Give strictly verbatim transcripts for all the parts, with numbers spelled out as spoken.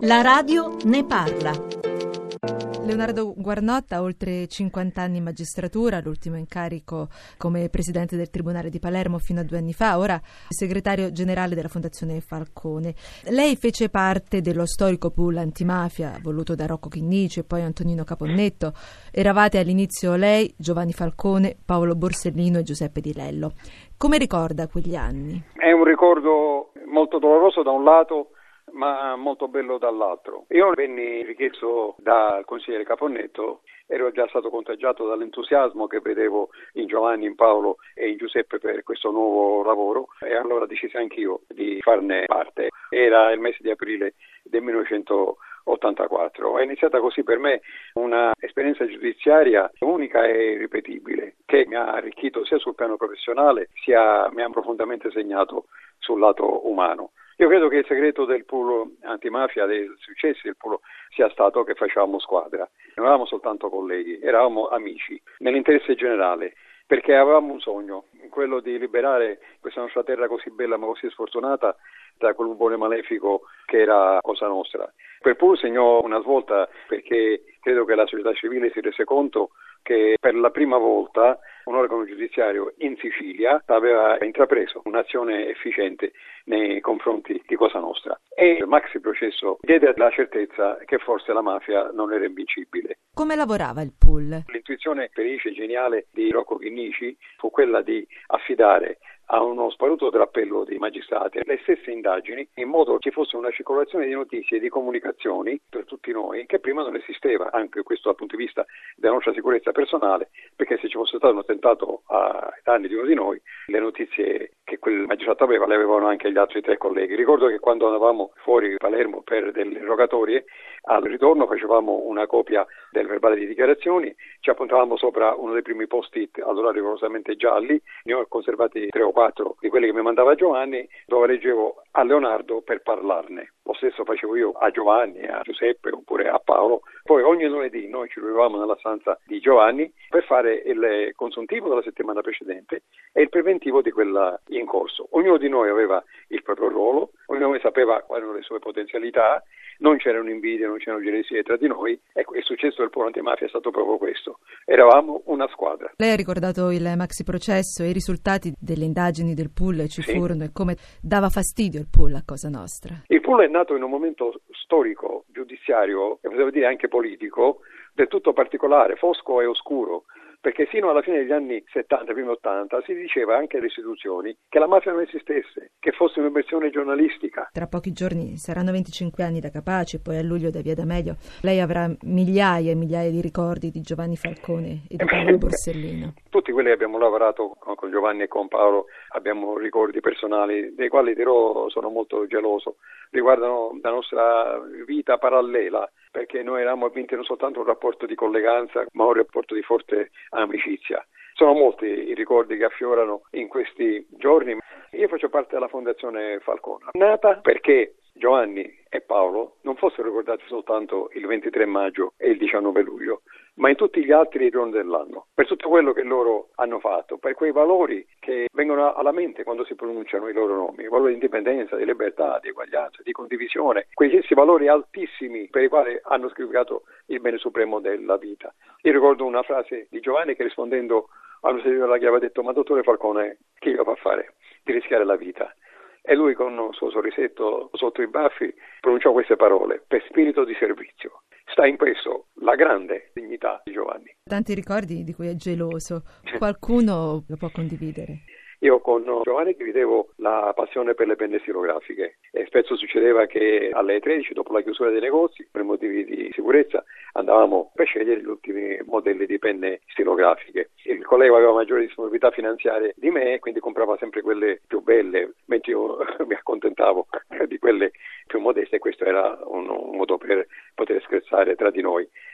La radio ne parla. Leonardo Guarnotta ha oltre cinquanta anni in magistratura, l'ultimo incarico come presidente del Tribunale di Palermo fino a due anni fa, ora segretario generale della Fondazione Falcone. Lei fece parte dello storico pool antimafia voluto da Rocco Chinnici e poi Antonino Caponnetto. Eravate all'inizio lei, Giovanni Falcone, Paolo Borsellino e Giuseppe Di Lello. Come ricorda quegli anni? È un ricordo molto doloroso da un lato, ma molto bello dall'altro. Io venni richiesto dal consigliere Caponnetto, ero già stato contagiato dall'entusiasmo che vedevo in Giovanni, in Paolo e in Giuseppe per questo nuovo lavoro e allora decisi anch'io di farne parte. Era il mese di aprile del millenovecentottantaquattro. È iniziata così per me una esperienza giudiziaria unica e irripetibile che mi ha arricchito sia sul piano professionale sia mi ha profondamente segnato sul lato umano. Io credo che il segreto del pool antimafia, dei successi del pool, sia stato che facevamo squadra. Non eravamo soltanto colleghi, eravamo amici, nell'interesse generale, perché avevamo un sogno, quello di liberare questa nostra terra così bella ma così sfortunata da quel buone malefico che era Cosa Nostra. Quel pool segnò una svolta perché credo che la società civile si rese conto che per la prima volta un organo giudiziario in Sicilia aveva intrapreso un'azione efficiente nei confronti di Cosa Nostra e il maxi processo diede la certezza che forse la mafia non era invincibile. Come lavorava il pool? L'intuizione felice e geniale di Rocco Chinnici fu quella di affidare a uno sparuto dell'appello dei magistrati le stesse indagini in modo che ci fosse una circolazione di notizie e di comunicazioni per tutti noi che prima non esisteva, anche questo dal punto di vista della nostra sicurezza personale, perché se ci fosse stato un attentato ai danni di uno di noi le notizie che quel magistrato aveva le avevano anche gli altri tre colleghi. Ricordo che quando andavamo fuori Palermo per delle rogatorie al ritorno facevamo una copia del verbale di dichiarazioni, ci appuntavamo sopra uno dei primi post-it allora rigorosamente gialli, ne ho conservati tre o quattro di quelli che mi mandava Giovanni, dove leggevo a Leonardo per parlarne. Lo stesso facevo io a Giovanni, a Giuseppe oppure a Paolo. Poi ogni lunedì noi ci trovavamo nella stanza di Giovanni per fare il consuntivo della settimana precedente e il preventivo di quella in corso. Ognuno di noi aveva il proprio ruolo, ognuno di noi sapeva quali erano le sue potenzialità, non c'erano invidie, non c'erano gelosie tra di noi. Ecco, il successo del pool antimafia è stato proprio questo. Eravamo una squadra. Lei ha ricordato il maxi processo e i risultati delle indagini del pool ci sì. furono e come dava fastidio il pool a Cosa Nostra. Il pool è nato in un momento storico, giudiziario e potevo dire anche politico, del tutto particolare, fosco e oscuro. Perché sino alla fine degli anni settanta, primi ottanta, si diceva anche alle istituzioni che la mafia non esistesse, che fosse un'inversione giornalistica. Tra pochi giorni saranno venticinque anni da Capaci, poi a luglio da Via D'Amelio. Lei avrà migliaia e migliaia di ricordi di Giovanni Falcone e di Paolo Borsellino. Tutti quelli che abbiamo lavorato con Giovanni e con Paolo abbiamo ricordi personali, dei quali dirò sono molto geloso. Riguardano la nostra vita parallela, perché noi eravamo avvinti non soltanto un rapporto di colleganza, ma un rapporto di forte amicizia. Sono molti i ricordi che affiorano in questi giorni. Io faccio parte della Fondazione Falcone, nata perché Giovanni e Paolo non fossero ricordati soltanto il ventitré maggio e il diciannove luglio, ma in tutti gli altri giorni dell'anno, per tutto quello che loro hanno fatto, per quei valori che vengono alla mente quando si pronunciano i loro nomi, valori di indipendenza, di libertà, di eguaglianza, di condivisione, questi valori altissimi per i quali hanno significato il bene supremo della vita. Io ricordo una frase di Giovanni che rispondendo a una signora che aveva detto: ma dottore Falcone, chi lo fa fare di rischiare la vita? E lui con un suo sorrisetto sotto i baffi pronunciò queste parole: per spirito di servizio. Sta in questo la grande dignità di Giovanni. Tanti ricordi di cui è geloso, qualcuno lo può condividere? Io con Giovanni dividevo la passione per le penne stilografiche e spesso succedeva che alle tredici, dopo la chiusura dei negozi, per motivi di sicurezza, andavamo per scegliere gli ultimi modelli di penne stilografiche. Il collega aveva maggiore disponibilità finanziaria di me, quindi comprava sempre quelle più belle, mentre io mi accontentavo di quelle più modeste, e questo era un, un modo per poter scherzare tra di noi.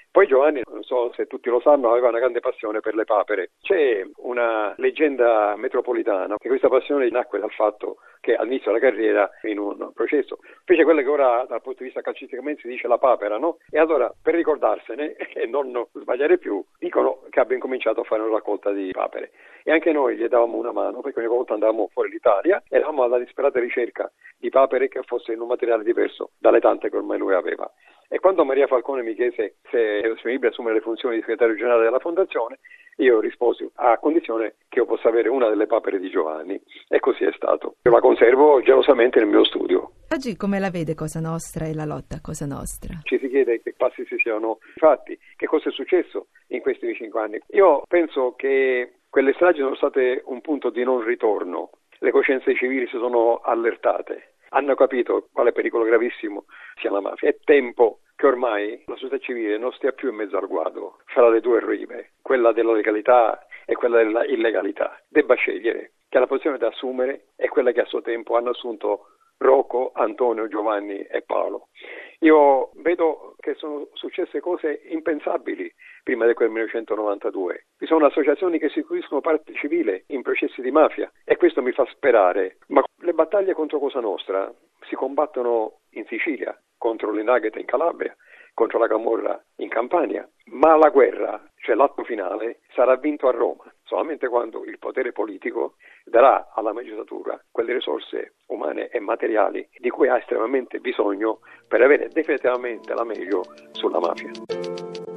Poi Giovanni, non so se tutti lo sanno, aveva una grande passione per le papere. C'è una leggenda metropolitana che questa passione nacque dal fatto che all'inizio della carriera, in un processo, fece quello che ora dal punto di vista calcisticamente si dice la papera, no? E allora, per ricordarsene e non sbagliare più, dicono che abbia incominciato a fare una raccolta di papere. E anche noi gli davamo una mano, perché ogni volta andavamo fuori l'Italia e eravamo alla disperata ricerca di papere che fosse in un materiale diverso dalle tante che ormai lui aveva. E quando Maria Falcone mi chiese se ero disponibile a assumere le funzioni di segretario generale della Fondazione, io risposi a condizione che io possa avere una delle papere di Giovanni. E così è stato. Io la conservo gelosamente nel mio studio. Oggi come la vede Cosa Nostra e la lotta a Cosa Nostra? Ci si chiede che passi si siano fatti, che cosa è successo in questi cinque anni. Io penso che quelle stragi sono state un punto di non ritorno. Le coscienze civili si sono allertate. Hanno capito quale pericolo gravissimo sia la mafia. È tempo che ormai la società civile non stia più in mezzo al guado fra le due rive, quella della legalità e quella della illegalità. Debba scegliere, che la posizione da assumere è quella che a suo tempo hanno assunto Rocco, Antonio, Giovanni e Paolo. Io vedo che sono successe cose impensabili prima di quel millenovecentonovantadue. Vi sono associazioni che si istituiscono parte civile in processi di mafia e questo mi fa sperare. Ma le battaglie contro Cosa Nostra si combattono in Sicilia, contro l'Indaghetto in Calabria, contro la Camorra in Campania, ma la guerra, cioè l'atto finale, sarà vinto a Roma, solamente quando il potere politico darà alla magistratura quelle risorse umane e materiali di cui ha estremamente bisogno per avere definitivamente la meglio sulla mafia.